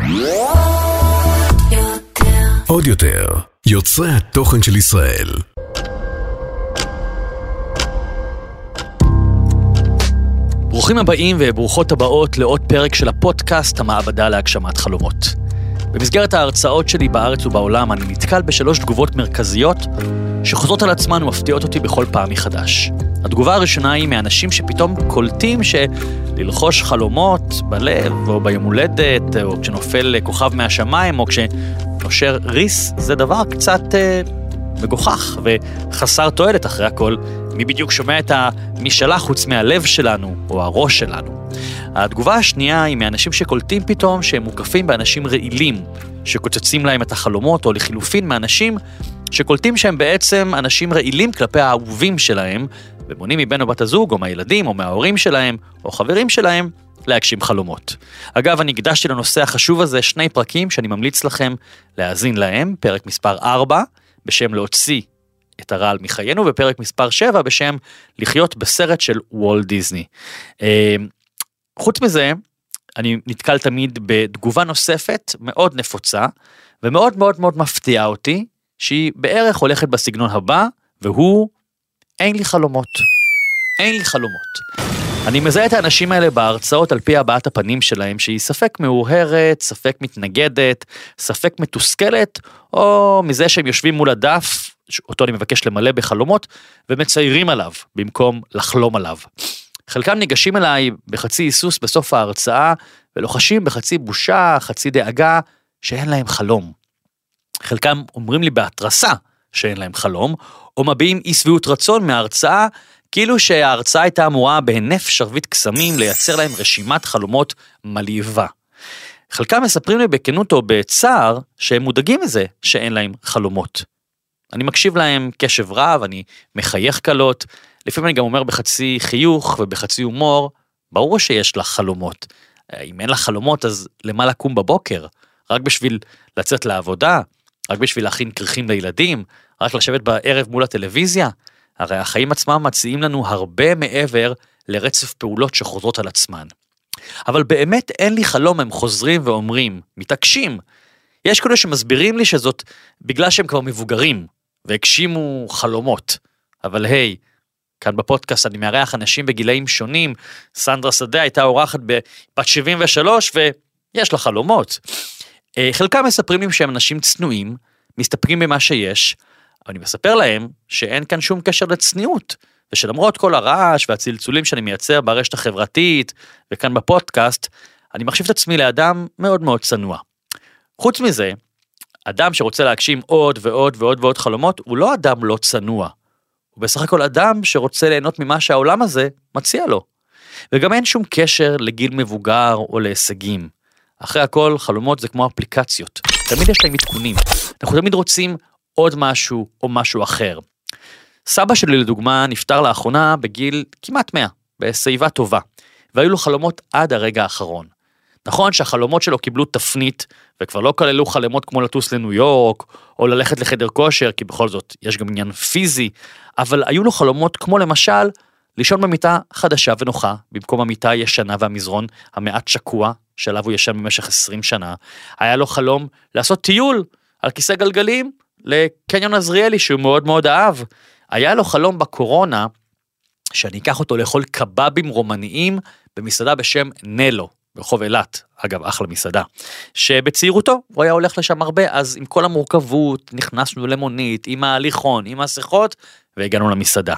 עוד יותר, יוצרי התוכן של ישראל. ברוכים הבאים וברוכות הבאות לעוד פרק של הפודקאסט המעבדה להגשמת חלומות. במסגרת ההרצאות שלי בארץ ובעולם אני נתקל בשלוש תגובות מרכזיות שחוזרות על עצמן ומפתיעות אותי בכל פעם מחדש. התגובה הראשונה היא מאנשים שפתאום קולטים שללחוש חלומות בלב או ביום הולדת או כשנופל כוכב מהשמיים או כשנושר ריס זה דבר קצת מגוחך וחסר תועלת. אחרי הכל מי בדיוק שומע את המשאלה חוץ מהלב שלנו או הראש שלנו. התגובה השנייה היא מאנשים שקולטים פתאום שהם מוקפים באנשים רעילים שקוצצים להם את החלומות, או לחילופין מאנשים שקולטים שהם בעצם אנשים רעילים כלפי האהובים שלהם ומונעים מבן או בת הזוג או מהילדים או מההורים שלהם או חברים שלהם להגשים חלומות. אגב, אני הקדשתי לנושא החשוב הזה 2 פרקים שאני ממליץ לכם להאזין להם. פרק מספר 4 בשם להוציא את הרעל מחיינו, ופרק מספר 7 בשם לחיות בסרט של וולט דיסני. חוץ מזה, אני נתקל תמיד בתגובה נוספת מאוד נפוצה, ומאוד מאוד מאוד מפתיעה אותי, שהיא בערך הולכת בסגנון הבא, והוא, אין לי חלומות. אין לי חלומות. אני מזהה את האנשים האלה בהרצאות על פי הבעת הפנים שלהם, שהיא ספק מאוהרת, ספק מתנגדת, ספק מתוסכלת, או מזה שהם יושבים מול הדף, אותו אני מבקש למלא בחלומות, ומציירים עליו, במקום לחלום עליו. חלקם ניגשים אליי בחצי היסוס בסוף ההרצאה, ולוחשים בחצי בושה, חצי דאגה, שאין להם חלום. חלקם אומרים לי בהתרסה שאין להם חלום, או מביעים אי שביעות רצון מההרצאה, כאילו שההרצאה הייתה אמורה בהינף שרביט קסמים לייצר להם רשימת חלומות מלהיבה. חלקם מספרים לי בכנות או בצער שהם מודאגים מזה שאין להם חלומות. אני מקשיב להם קשב רב, אני מחייך קלות, לפעמים אני גם אומר בחצי חיוך ובחצי הומור, ברור שיש לך חלומות. אם אין לך חלומות אז למה לקום בבוקר? רק בשביל לצאת לעבודה? רק בשביל להכין כריכים לילדים? רק לשבת בערב מול הטלוויזיה? הרי החיים עצמם מציעים לנו הרבה מעבר לרצף פעולות שחוזרות על עצמן. אבל באמת אין לי חלום, הם חוזרים ואומרים, מתעקשים. יש כאלה שמסבירים לי שזאת בגלל שהם כבר מבוגרים, והגשימו חלומות. אבל היי, כאן בפודקאסט אני מארח אנשים בגילאים שונים, סנדרה שדה הייתה אורחת בת 73 ויש לה חלומות. חלקם מספרים לי שהם אנשים צנועים, מסתפקים במה שיש, אבל אני מספר להם שאין כאן שום קשר לצניעות, ושלמרות כל הרעש והצלצולים שאני מייצר ברשת החברתית וכאן בפודקאסט, אני מחשיב את עצמי לאדם מאוד מאוד צנוע. חוץ מזה, אדם שרוצה להגשים עוד ועוד ועוד ועוד חלומות, הוא לא אדם לא צנוע. הוא בסך הכל אדם שרוצה ליהנות ממה שהעולם הזה מציע לו. וגם אין שום קשר לגיל מבוגר או להישגים. אחרי הכל, חלומות זה כמו אפליקציות. תמיד יש להם עדכונים. אנחנו תמיד רוצים עוד משהו או משהו אחר. סבא שלי לדוגמה נפטר לאחרונה בגיל כמעט 100, בשיבה טובה. והיו לו חלומות עד הרגע האחרון. נכון שהחלומות שלו קיבלו תפנית, וכבר לא כללו חלומות כמו לטוס לניו יורק, או ללכת לחדר כושר, כי בכל זאת יש גם עניין פיזי, אבל היו לו חלומות כמו למשל, לישון במיטה חדשה ונוחה, במקום המיטה הישנה והמזרון המעט שקוע, שעליו הוא ישן במשך 20 שנה. היה לו חלום לעשות טיול על כיסא גלגלים, לקניון עזריאלי שהוא מאוד מאוד אהב. היה לו חלום בקורונה, שאני אקח אותו לאכול קבבים רומניים, במסעדה בשם נלו. ברחוב אילת, אגב, אחלה מסעדה, שבצעירותו הוא היה הולך לשם הרבה, אז עם כל המורכבות נכנסנו למונית, עם ההליכון, עם השיחות, והגענו למסעדה.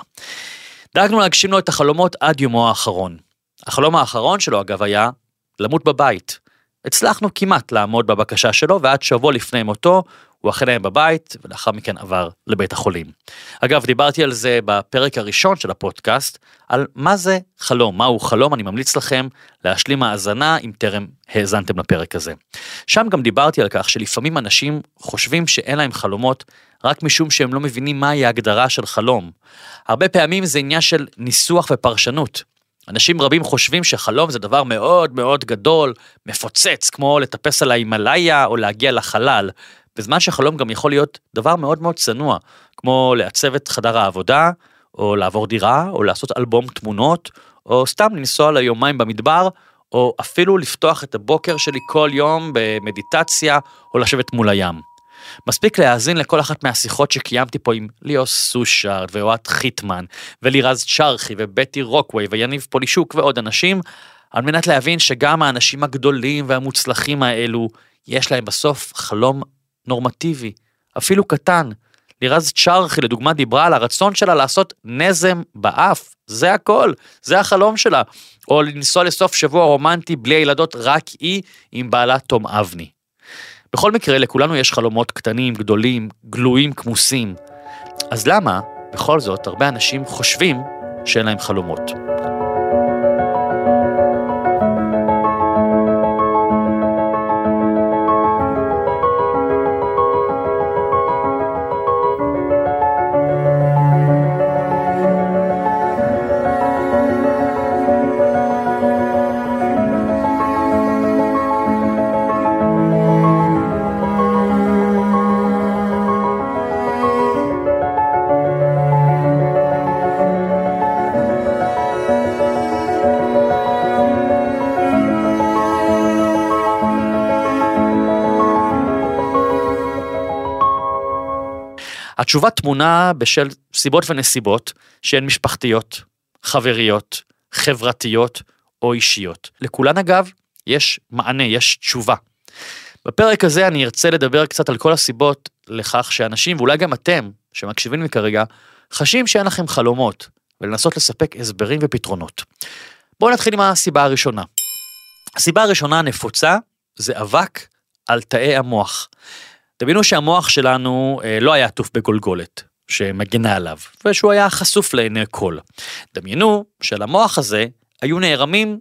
דאגנו להגשים לו את החלומות עד יומו האחרון. החלום האחרון שלו, אגב, היה למות בבית. הצלחנו כמעט לעמוד בבקשה שלו, ועד שבוע לפני מותו, הוא אכן היה בבית, ולאחר מכן עבר לבית החולים. אגב, דיברתי על זה בפרק הראשון של הפודקאסט, על מה זה חלום, מהו חלום, אני ממליץ לכם להשלים האזנה אם טרם האזנתם לפרק הזה. שם גם דיברתי על כך שלפעמים אנשים חושבים שאין להם חלומות, רק משום שהם לא מבינים מהי ההגדרה של חלום. הרבה פעמים זה עניין של ניסוח ופרשנות. אנשים רבים חושבים שחלום זה דבר מאוד מאוד גדול, מפוצץ, כמו לטפס על ההימאליה או להגיע לחלל, בזמן שחלום גם יכול להיות דבר מאוד מאוד צנוע, כמו לעצב את חדר העבודה, או לעבור דירה, או לעשות אלבום תמונות, או סתם לנסוע ליומיים במדבר, או אפילו לפתוח את הבוקר שלי כל יום במדיטציה, או לשבת מול הים. מספיק להאזין לכל אחת מהשיחות שקיימתי פה עם ליאוס סושארד, ואוהד חיטמן, ולירז צ'רחי, ובטי רוקווי, ויניב פולישוק ועוד אנשים, על מנת להבין שגם האנשים הגדולים והמוצלחים האלו, יש להם בסוף חלום נורמטיבי, אפילו קטן. לירז צ'רחי לדוגמה דיברה על הרצון שלה לעשות נזם באף, זה הכל, זה החלום שלה, או לנסוע לסוף שבוע רומנטי בלי ילדות, רק היא עם בעלה תום אבני. בכל מקרה לכולנו יש חלומות קטנים, גדולים, גלויים, כמוסים, אז למה בכל זאת הרבה אנשים חושבים שאין להם חלומות? התשובה תמונה בשל סיבות ונסיבות שהן משפחתיות, חבריות, חברתיות או אישיות. לכולן אגב יש מענה, יש תשובה. בפרק הזה אני ארצה לדבר קצת על כל הסיבות לכך שאנשים, ואולי גם אתם שמקשיבים לי כרגע, חשים שאין לכם חלומות, ולנסות לספק הסברים ופתרונות. בואו נתחיל עם הסיבה הראשונה. הסיבה הראשונה הנפוצה זה אבק על תאי המוח. דמיינו שהמוח שלנו לא היה עטוף בגולגולת שמגנה עליו, ושהוא היה חשוף לעיני כל. דמיינו שלמוח הזה היו נערמים,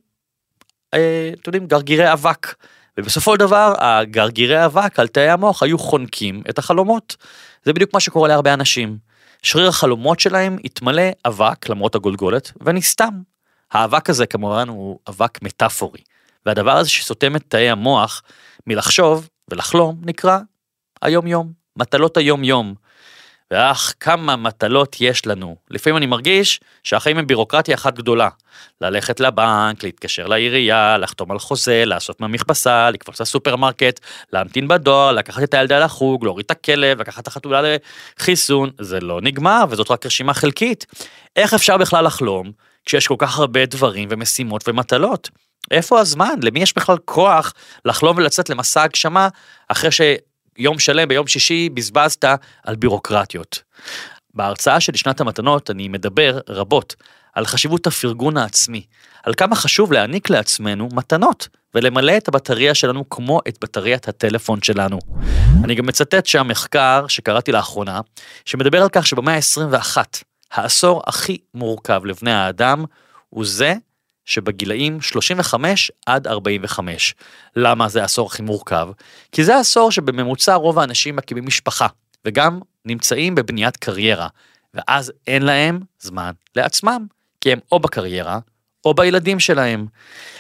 גרגירי אבק, ובסופו של דבר הגרגירי אבק על תאי המוח היו חונקים את החלומות. זה בדיוק מה שקורה להרבה אנשים. שריר החלומות שלהם התמלא אבק למרות הגולגולת, ונסתם. האבק הזה כמובן הוא אבק מטאפורי, והדבר הזה שסותם את תאי המוח מלחשוב ולחלום נקרא היום-יום, מטלות היום-יום. ואך כמה מטלות יש לנו. לפעמים אני מרגיש שהחיים הם בירוקרטיה אחת גדולה. ללכת לבנק, להתקשר לעירייה, לחתום על חוזה, לעשות מהמכבסה, לקפוץ לסופרמרקט, להמתין בדואר, לקחת את הילדה לחוג, להוריד את הכלב, לקחת את החתולה לחיסון. זה לא נגמר, וזאת רק רשימה חלקית. איך אפשר בכלל לחלום כשיש כל כך הרבה דברים ומשימות ומטלות? איפה הזמן? למי יש בכלל כוח לחלום ולצאת למסע הגשמה אחרי יום שלם ביום שישי בזבזת על בירוקרטיות? בהרצאה של שנת המתנות אני מדבר רבות על חשיבות הפרגון העצמי, על כמה חשוב להעניק לעצמנו מתנות ולמלא את הבטריה שלנו כמו את בטריית הטלפון שלנו. אני גם מצטט שם מחקר שקראתי לאחרונה שמדבר על כך שבמאה ה-21 העשור הכי מורכב לבני האדם הוא זה שבגילאים 35 עד 45. למה זה העשור הכי מורכב? כי זה העשור שבממוצע רוב האנשים מקימים משפחה, וגם נמצאים בבניית קריירה, ואז אין להם זמן לעצמם, כי הם או בקריירה, או בילדים שלהם,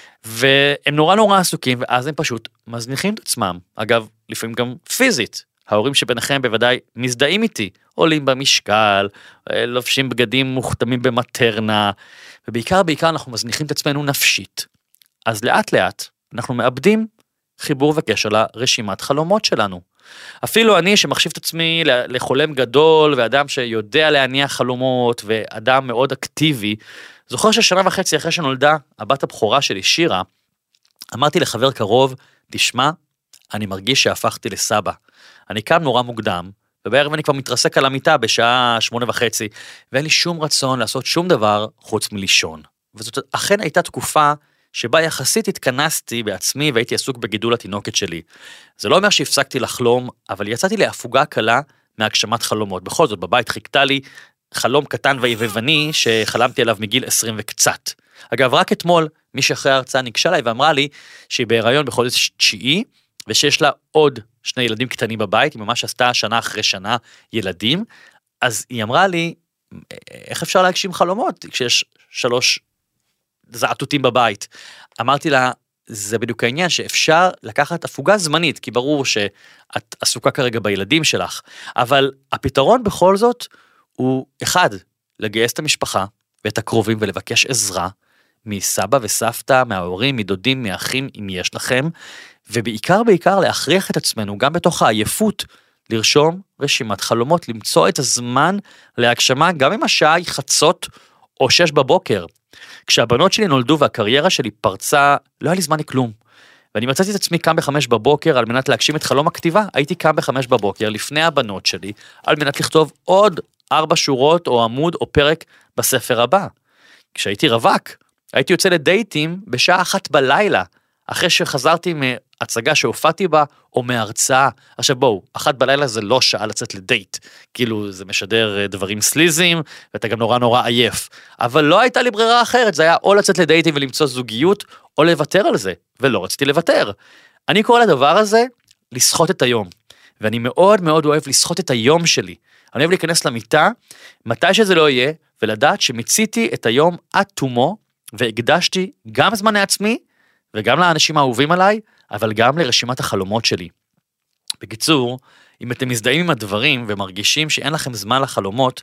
והם נורא עסוקים, ואז הם פשוט מזניחים את עצמם. אגב, לפעמים גם פיזית. ההורים שביניכם בוודאי מזדהים איתי, עולים במשקל, לובשים בגדים מוכתמים במטרנה, ובעיקר אנחנו מזניחים את עצמנו נפשית. אז לאט לאט אנחנו מאבדים חיבור וקשר לרשימת חלומות שלנו. אפילו אני שמחשיב את עצמי לחולם גדול, ואדם שיודע להניח חלומות, ואדם מאוד אקטיבי, זוכר ששנה וחצי אחרי שנולדה הבת הבכורה שלי, שירה, אמרתי לחבר קרוב, תשמע, אני מרגיש שהפכתי לסבא. אני קם נורא מוקדם, ובערב אני כבר מתרסק על המיטה בשעה 8:30, ואין לי שום רצון לעשות שום דבר חוץ מלישון. וזאת אכן הייתה תקופה שבה יחסית התכנסתי בעצמי והייתי עסוק בגידול התינוקת שלי. זה לא אומר שהפסקתי לחלום, אבל יצאתי להפוגה קלה מהגשמת חלומות. בכל זאת, בבית חיכתה לי חלום קטן ויבבני שחלמתי עליו מגיל 20 וקצת. אגב, רק אתמול, מי שאחרי ההרצאה ניגשה אליי ואמרה לי שהיא בהיריון בחודש 9, ושיש לה עוד 2 ילדים קטנים בבית, היא ממש עשתה שנה אחרי שנה ילדים, אז היא אמרה לי, איך אפשר להגשים חלומות כשיש 3 זעתותים בבית? אמרתי לה, זה בדיוק העניין שאפשר לקחת הפוגה זמנית, כי ברור שאת עסוקה כרגע בילדים שלך, אבל הפתרון בכל זאת הוא אחד, לגייס את המשפחה ואת הקרובים ולבקש עזרה מסבא וסבתא, מההורים, מדודים, מאחים, אם יש לכם, ובעיקר להכריח את עצמנו, גם בתוך העייפות, לרשום רשימת חלומות, למצוא את הזמן להגשמה, גם אם השעה היא חצות או 6 בבוקר. כשהבנות שלי נולדו והקריירה שלי פרצה, לא היה לי זמן לכלום. ואני מצאתי את עצמי קם ב5 בבוקר על מנת להגשים את חלום הכתיבה. הייתי קם ב5 בבוקר לפני הבנות שלי, על מנת לכתוב עוד 4 שורות או עמוד או פרק בספר הבא. כשהייתי רווק, הייתי יוצא לדייטים בשעה 1 בלילה, אחרי שחזרתי מהצגה שהופעתי בה, או מהרצאה. עכשיו בואו, 1 בלילה זה לא שעה לצאת לדייט, כאילו זה משדר דברים סליזיים, ואתה גם נורא עייף. אבל לא הייתה לי ברירה אחרת, זה היה או לצאת לדייטים ולמצוא זוגיות, או לוותר על זה, ולא רציתי לוותר. אני קורא לדבר הזה, לסחוט את היום, ואני מאוד אוהב לסחוט את היום שלי. אני אוהב להיכנס למיטה, מתי שזה לא יהיה, ולדעת שמיציתי את היום עד תומו, והקדשתי גם זמן לעצמי, וגם לאנשים האהובים עליי, אבל גם לרשימת החלומות שלי. בקיצור, אם אתם מזדהים עם הדברים ומרגישים שאין לכם זמן לחלומות,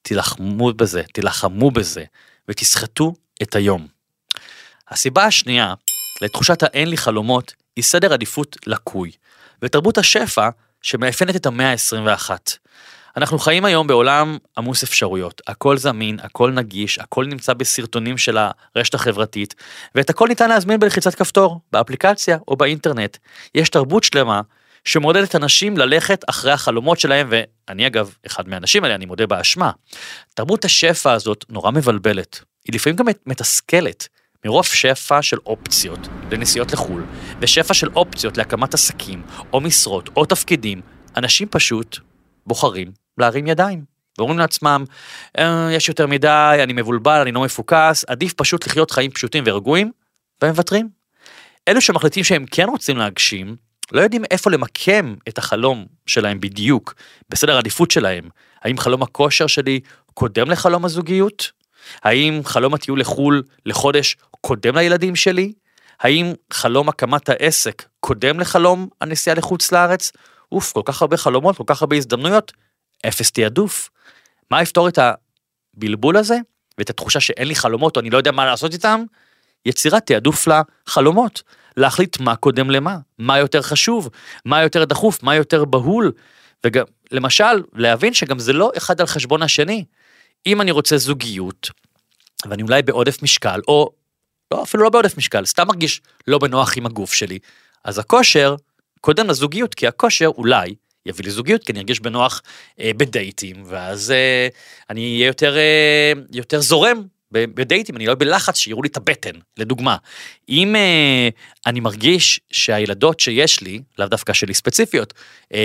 תילחמו בזה, ותסחטו את היום. הסיבה השנייה, לתחושת האין לי חלומות, היא סדר עדיפות לקוי, ותרבות השפע שמאפיינת את המאה ה-21. אנחנו חיים היום בעולם עמוס אפשרויות, הכל זמין, הכל נגיש, הכל נמצא בסרטונים של הרשת החברתית, ואת הכל ניתן להזמין בלחיצת כפתור, באפליקציה או באינטרנט. יש תרבות שלמה שמעודדת אנשים ללכת אחרי החלומות שלהם, ואני אגב, אחד מהאנשים האלה, אני מודה באשמה. תרבות השפע הזאת נורא מבלבלת, היא לפעמים גם מתסכלת, מרוב שפע של אופציות לנסיעות לחול, ושפע של אופציות להקמת עסקים, או משרות, או תפקידים, אנשים פשוט בוחרים להרים ידיים, ואומרים לעצמם, יש יותר מדי, אני מבולבל, אני לא מפוקס, עדיף פשוט לחיות חיים פשוטים ורגועים, והם מוותרים. אלו שמחליטים שהם כן רוצים להגשים, לא יודעים איפה למקם את החלום שלהם בדיוק, בסדר העדיפות שלהם. האם חלום הכושר שלי קודם לחלום הזוגיות? האם חלום הטיול לחול לחודש קודם לילדים שלי? האם חלום הקמת העסק קודם לחלום הנסיעה לחוץ לארץ? כל כך הרבה חלומות, כל כך הרבה הזדמנויות, אפס תיעדוף. מה יפתור את הבלבול הזה? ואת התחושה שאין לי חלומות, או אני לא יודע מה לעשות איתם? יצירת תיעדוף לחלומות. להחליט מה קודם למה, מה יותר חשוב, מה יותר דחוף, מה יותר בהול. וגם, למשל, להבין שגם זה לא אחד על חשבון השני. אם אני רוצה זוגיות, ואני אולי בעודף משקל, או לא, אפילו לא בעודף משקל, סתם מרגיש לא בנוח עם הגוף שלי, אז הכושר קודם לזוגיות, כי הכושר אולי יביא לי זוגיות, כי אני ארגיש בנוח בדייטים, ואז אני אהיה יותר זורם בדייטים, אני לא בלחץ שיראו לי את הבטן, לדוגמה. אם אני מרגיש שהילדות שיש לי, לאו דווקא שלי ספציפיות,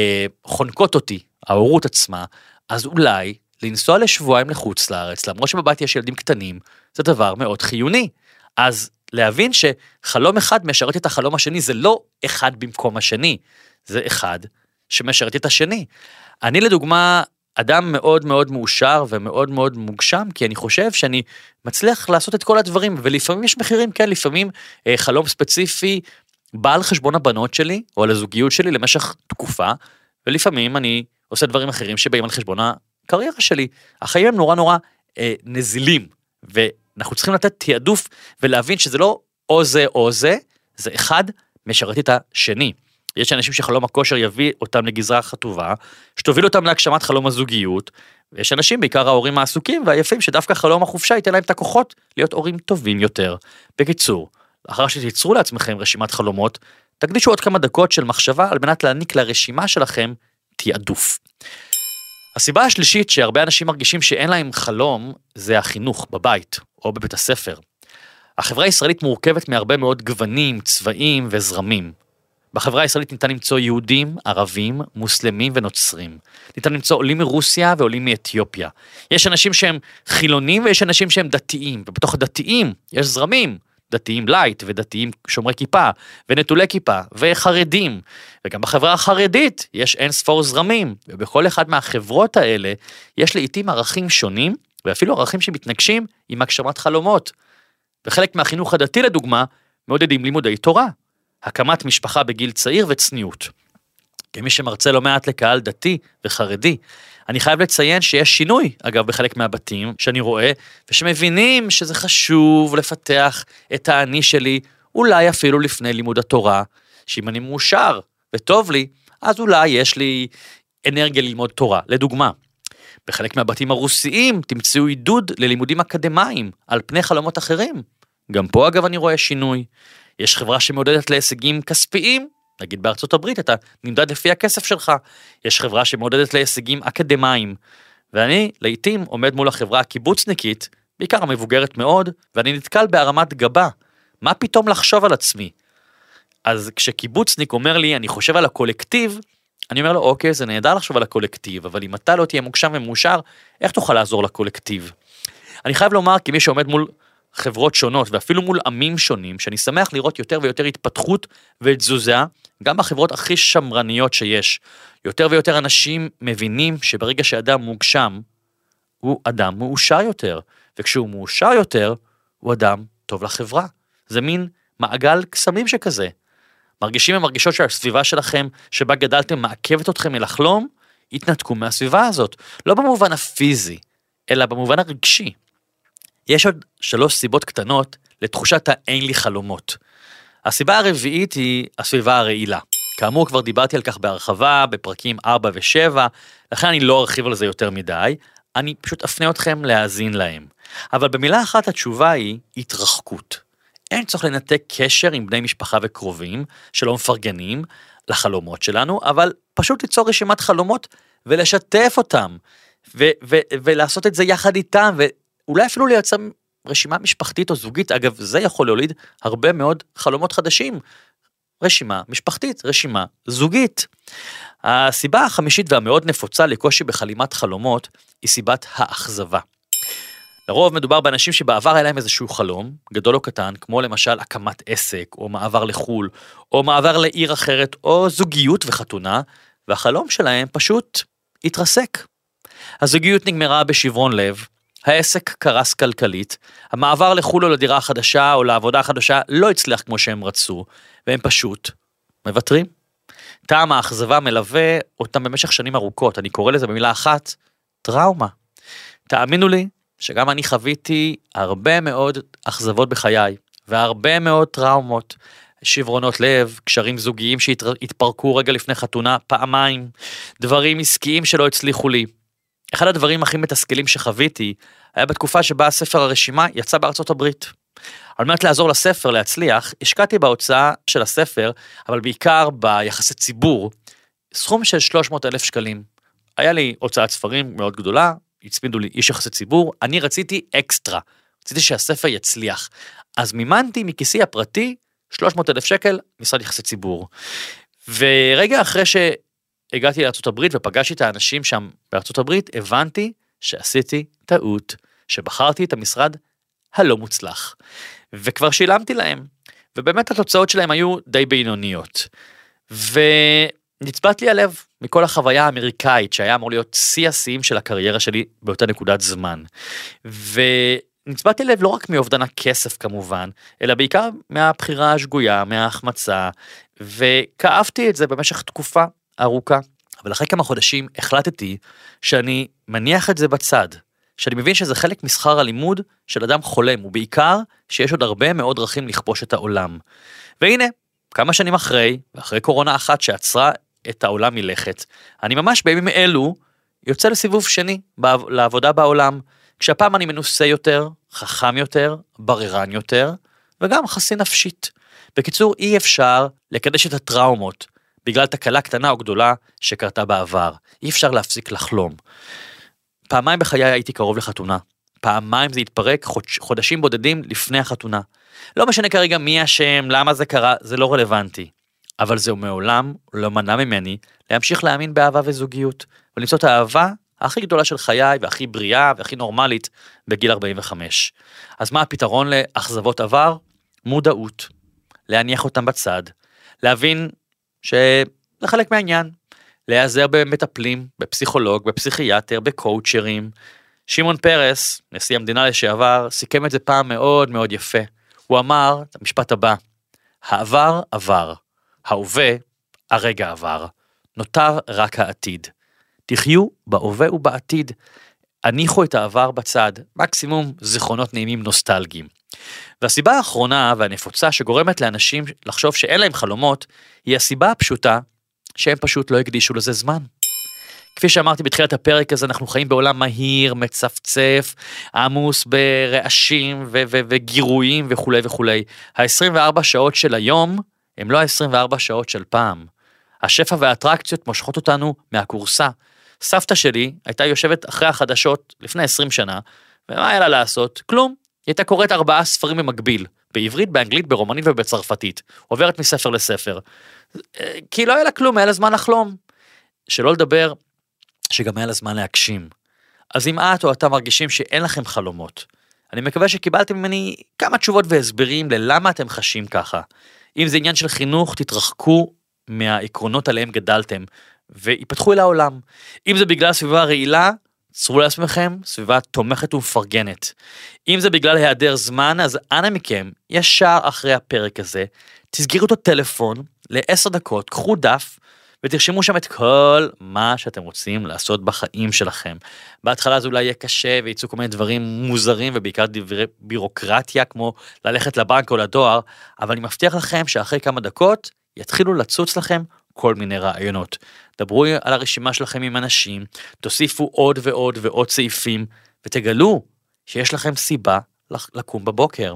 חונקות אותי, ההורות עצמה, אז אולי לנסוע לשבועיים לחוץ לארץ, למרות שבבית יש ילדים קטנים, זה דבר מאוד חיוני. אז להבין שחלום אחד משרת את החלום השני, זה לא אחד במקום השני, זה אחד שמשרת את השני. אני לדוגמה, אדם מאוד מאוד מאושר ומאוד מאוד מוגשם, כי אני חושב שאני מצליח לעשות את כל הדברים, ולפעמים יש מחירים, כן, לפעמים חלום ספציפי בא על חשבון הבנות שלי, או על הזוגיות שלי למשך תקופה, ולפעמים אני עושה דברים אחרים שבאים על חשבון הקריירה שלי. החיים הם נורא נזילים, ואנחנו צריכים לתת תיעדוף, ולהבין שזה לא או זה או זה, זה אחד משרת את השני. יש אנשים שחלום הכושר יביא אותם לגזרה חטובה, שתוביל אותם להגשמת חלום הזוגיות, ויש אנשים, בעיקר ההורים העסוקים והיפים, שדווקא חלום החופשה ייתן להם את הכוחות להיות הורים טובים יותר. בקיצור, אחר שתיצרו לעצמכם רשימת חלומות, תקדישו עוד כמה דקות של מחשבה על מנת להעניק לרשימה שלכם תיעדוף. הסיבה השלישית שהרבה אנשים מרגישים שאין להם חלום, זה החינוך בבית או בבית הספר. החברה הישראלית מורכבת מהרבה מאוד גוונים, צבעים וזרמים. בחברה הישראלית ניתן למצוא יהודים, ערבים, מוסלמים ונוצרים. ניתן למצוא עולים מרוסיה ועולים מאתיופיה. יש אנשים שהם חילונים ויש אנשים שהם דתיים, ובתוך הדתיים יש זרמים, דתיים לייט ודתיים שומרי כיפה ונטולי כיפה וחרדים. וגם בחברה החרדית יש אין ספור זרמים, ובכל אחד מהחברות האלה יש לעתים ערכים שונים, ואפילו ערכים שמתנגשים עם הגשמת חלומות. וחלק מהחינוך הדתי לדוגמה מעודדים לימודי תורה. הקמת משפחה בגיל צעיר וצניעות. כמי שמרצה לא מעט לקהל דתי וחרדי, אני חייב לציין שיש שינוי, אגב, בחלק מהבתים שאני רואה, ושמבינים שזה חשוב לפתח את האני שלי, אולי אפילו לפני לימוד התורה, שאם אני מאושר וטוב לי, אז אולי יש לי אנרגיה ללמוד תורה. לדוגמה, בחלק מהבתים הרוסיים תמצאו עידוד ללימודים אקדמיים על פני חלומות אחרים. גם פה אגב אני רואה שינוי. יש חברה שמעודדת להישגים כספיים, נגיד בארצות הברית אתה נמדד לפי הכסף שלך. יש חברה שמעודדת להישגים אקדמיים. ואני לעתים עומד מול החברה הקיבוצניקית, בעיקר המבוגרת מאוד, ואני נתקל בהרמת גבה. מה פתאום לחשוב על עצמי? אז כשקיבוצניק אומר לי, אני חושב על הקולקטיב, אני אומר לו, אוקיי, זה נהדר לחשוב על הקולקטיב, אבל אם אתה לא תהיה מוגשם ומאושר, איך תוכל לעזור לקולקטיב? אני חייב לומר, כמי שעומד מול חברות שונות, ואפילו מול עמים שונים, שאני שמח לראות יותר ויותר התפתחות ותזוזה, גם בחברות הכי שמרניות שיש. יותר ויותר אנשים מבינים שברגע שאדם מוגשם, הוא אדם מאושר יותר, וכשהוא מאושר יותר, הוא אדם טוב לחברה. זה מין מעגל קסמים שכזה. מרגישים ומרגישות שהסביבה שלכם, שבה גדלתם, מעכבת אתכם מלחלום, התנתקו מהסביבה הזאת. לא במובן הפיזי, אלא במובן הרגשי. יש עוד 3 סיבות קטנות לתחושת האין לי חלומות. הסיבה הרביעית היא הסביבה הרעילה. כאמור, כבר דיברתי על כך בהרחבה, בפרקים 4 ו-7, לכן אני לא ארחיב על זה יותר מדי, אני פשוט אפנה אתכם להאזין להם. אבל במילה אחת התשובה היא התרחקות. אין צריך לנתק קשר עם בני משפחה וקרובים, שלא מפרגנים לחלומות שלנו, אבל פשוט ליצור רשימת חלומות ולשתף אותם, ולעשות את זה יחד איתם, ואולי אפילו לייצר רשימה משפחתית או זוגית, אגב זה יכול להוליד הרבה מאוד חלומות חדשים, רשימה משפחתית, רשימה זוגית. הסיבה החמישית והמאוד נפוצה לקושי בחלימת חלומות, היא סיבת האכזבה. לרוב מדובר באנשים שבעבר היה להם איזשהו חלום, גדול או קטן, כמו למשל הקמת עסק, או מעבר לחול, או מעבר לעיר אחרת, או זוגיות וחתונה, והחלום שלהם פשוט התרסק. הזוגיות נגמרה בשברון לב, העסק קרס כלכלית, המעבר לחול או לדירה החדשה או לעבודה החדשה לא הצליח כמו שהם רצו, והם פשוט מוותרים. טעם האכזבה מלווה אותם במשך שנים ארוכות, אני קורא לזה במילה אחת, טראומה. תאמינו לי, שגם אני חוויתי הרבה מאוד אכזבות בחיי, והרבה מאוד טראומות, שברונות לב, קשרים זוגיים שהתפרקו רגע לפני חתונה פעמיים, דברים עסקיים שלא הצליחו לי. אחד הדברים הכי מתסכלים שחוויתי, היה בתקופה שבה הספר הרשימה יצא בארצות הברית. על מנת לעזור לספר להצליח, השקעתי בהוצאה של הספר, אבל בעיקר ביחסי ציבור, סכום של 300,000 שקלים. היה לי הוצאת ספרים מאוד גדולה, הצמידו לי איש יחסי ציבור, אני רציתי אקסטרה, רציתי שהספר יצליח, אז מימנתי מכיסי הפרטי 300,000 שקל משרד יחסי ציבור, ורגע אחרי שהגעתי לארצות הברית ופגשתי את האנשים שם בארצות הברית, הבנתי שעשיתי טעות, שבחרתי את המשרד הלא מוצלח, וכבר שילמתי להם, ובאמת התוצאות שלהם היו די בינוניות, נצבט לי הלב מכל החוויה האמריקאית שהיה אמור להיות שיא השיאים של הקריירה שלי באותה נקודת זמן. ונצבט לי לב לא רק מאובדן הכסף כמובן, אלא בעיקר מהבחירה השגויה, מההחמצה, וכאבתי את זה במשך תקופה ארוכה. אבל אחרי כמה חודשים החלטתי שאני מניח את זה בצד, שאני מבין שזה חלק משכר הלימוד של אדם חולם, ובעיקר שיש עוד הרבה מאוד דרכים לכבוש את העולם. והנה, כמה שנים אחרי, ואחרי קורונה אחת שעצרה את העולם מלכת, אני ממש בימים אלו יוצא לסיבוב שני לעבודה בעולם, כשהפעם אני מנוסה יותר, חכם יותר, בררן יותר, וגם חסי נפשית. בקיצור, אי אפשר לקדש את הטראומות, בגלל תקלה קטנה או גדולה שקרתה בעבר. אי אפשר להפסיק לחלום. פעמיים בחיי הייתי קרוב לחתונה. פעמיים זה התפרק חודשים בודדים לפני החתונה. לא משנה כרגע מי השם, למה זה קרה, זה לא רלוונטי. אבל זהו מעולם לא מנע ממני להמשיך להאמין באהבה וזוגיות, ולמצוא את האהבה הכי גדולה של חיי, והכי בריאה, והכי נורמלית בגיל 45. אז מה הפתרון לאכזבות עבר? מודעות. להניח אותם בצד. להבין שזה חלק מהעניין. להיעזר במטפלים, בפסיכולוג, בפסיכיאטר, בקואוצ'רים. שמעון פרס, נשיא המדינה לשעבר, סיכם את זה פעם מאוד מאוד יפה. הוא אמר את המשפט הבא, העבר עבר, ההווה הרגע עבר, נותר רק העתיד. תחיו בהווה ובעתיד. הניחו את העבר בצד, מקסימום זיכרונות נעימים נוסטלגיים. והסיבה האחרונה והנפוצה שגורמת לאנשים לחשוב שאין להם חלומות, היא הסיבה הפשוטה שהם פשוט לא הקדישו לזה זמן. כפי שאמרתי בתחילת הפרק הזה, אנחנו חיים בעולם מהיר, מצפצף, עמוס ברעשים וגירויים וכו' וכו'. ה-24 שעות של היום הם לא ה-24 שעות של פעם. השפע והאטרקציות מושכות אותנו מהקורסה. סבתא שלי הייתה יושבת אחרי החדשות לפני 20 שנה, ומה היה לה לעשות? כלום. היא הייתה קוראת 4 ספרים במקביל, בעברית, באנגלית, ברומנית ובצרפתית. עוברת מספר לספר. כי לא היה לה כלום, היה לה זמן לחלום. שלא לדבר שגם היה לה זמן להגשים. אז אם את או אתה מרגישים שאין לכם חלומות, אני מקווה שקיבלתם ממני כמה תשובות והסברים ללמה אתם חשים ככה. אם זה עניין של חינוך, תתרחקו מהעקרונות עליהם גדלתם, ויפתחו אל העולם. אם זה בגלל סביבה רעילה, צרו לעצמכם סביבה תומכת ומפרגנת. אם זה בגלל היעדר זמן, אז אנא מכם, ישר אחרי הפרק הזה, תסגרו את הטלפון ל10 דקות, קחו דף, ותרשמו שם את כל מה שאתם רוצים לעשות בחיים שלכם. בהתחלה זה אולי יהיה קשה, ויצאו כל מיני דברים מוזרים, ובעיקר דברי בירוקרטיה, כמו ללכת לבנק או לדואר, אבל אני מבטיח לכם שאחרי כמה דקות, יתחילו לצוץ לכם כל מיני רעיונות. דברו על הרשימה שלכם עם אנשים, תוסיפו עוד ועוד ועוד סעיפים, ותגלו שיש לכם סיבה לקום בבוקר.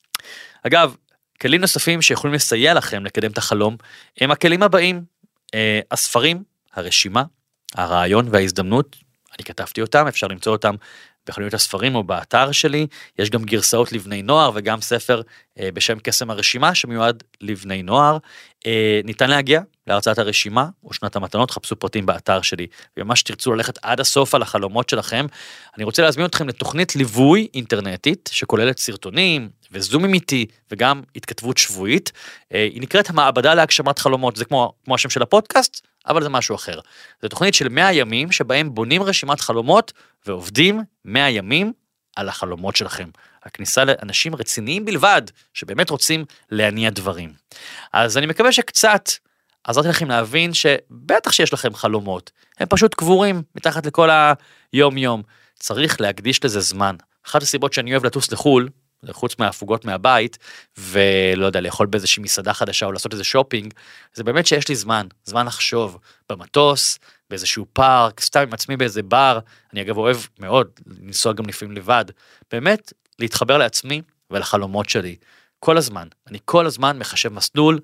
אגב, כלים נוספים שיכולים לסייע לכם לקדם את החלום, הם הכלים הבאים, הספרים, הרשימה, הרעיון וההזדמנות, אני כתבתי אותם, אפשר למצוא אותם בחנויות הספרים או באתר שלי, יש גם גרסאות לבני נוער וגם ספר בשם קסם הרשימה שמיועד לבני נוער, ניתן להגיע להרצאת הרשימה או שנת המתנות, חפשו פרטים באתר שלי, וממש תרצו ללכת עד הסוף על החלומות שלכם, אני רוצה להזמין אתכם לתוכנית ליווי אינטרנטית שכוללת סרטונים וזומים איתי וגם התכתבות שבועית, היא נקראת המעבדה להגשמת חלומות, זה כמו השם של הפודקאסט, אבל זה משהו אחר. זו תוכנית של 100 ימים שבהם בונים רשימת חלומות ועובדים 100 ימים על החלומות שלכם. הכניסה לאנשים רציניים בלבד שבאמת רוצים להניע דברים. אז אני מקווה שקצת עזרתי לכם להבין שבטח שיש לכם חלומות. הם פשוט קבורים מתחת לכל היום יום. צריך להקדיש לזה זמן. אחת הסיבות שאני אוהב לטוס לחול, חוץ מהפוגות מהבית, ולא יודע, לאכול באיזושהי מסעדה חדשה או לעשות איזה שופינג, זה באמת שיש לי זמן לחשוב במטוס, באיזשהו פארק, סתם עם עצמי באיזה בר, אני אגב אוהב מאוד לנסוע גם לפעמים לבד, באמת להתחבר לעצמי ולחלומות שלי, כל הזמן, אני כל הזמן מחשב מסלול,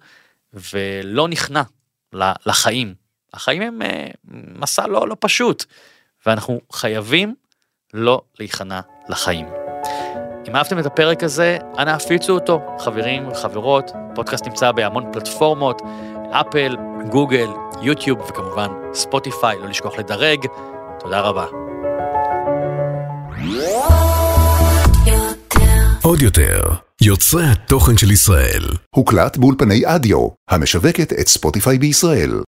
ולא נכנע לחיים, החיים הם מסע לא פשוט, ואנחנו חייבים לא להיכנע לחיים. אם אהבתם את הפרק הזה, אנא הפיצו אותו, חברים וחברות, פודקאסט נמצא בהמון פלטפורמות, אפל, גוגל, יוטיוב וכמובן ספוטיפיי, לא לשכוח לדרג, תודה רבה. עוד יותר, יוצרי התוכן של ישראל. הוקלט באולפני אדיו, המשווקת את ספוטיפיי בישראל.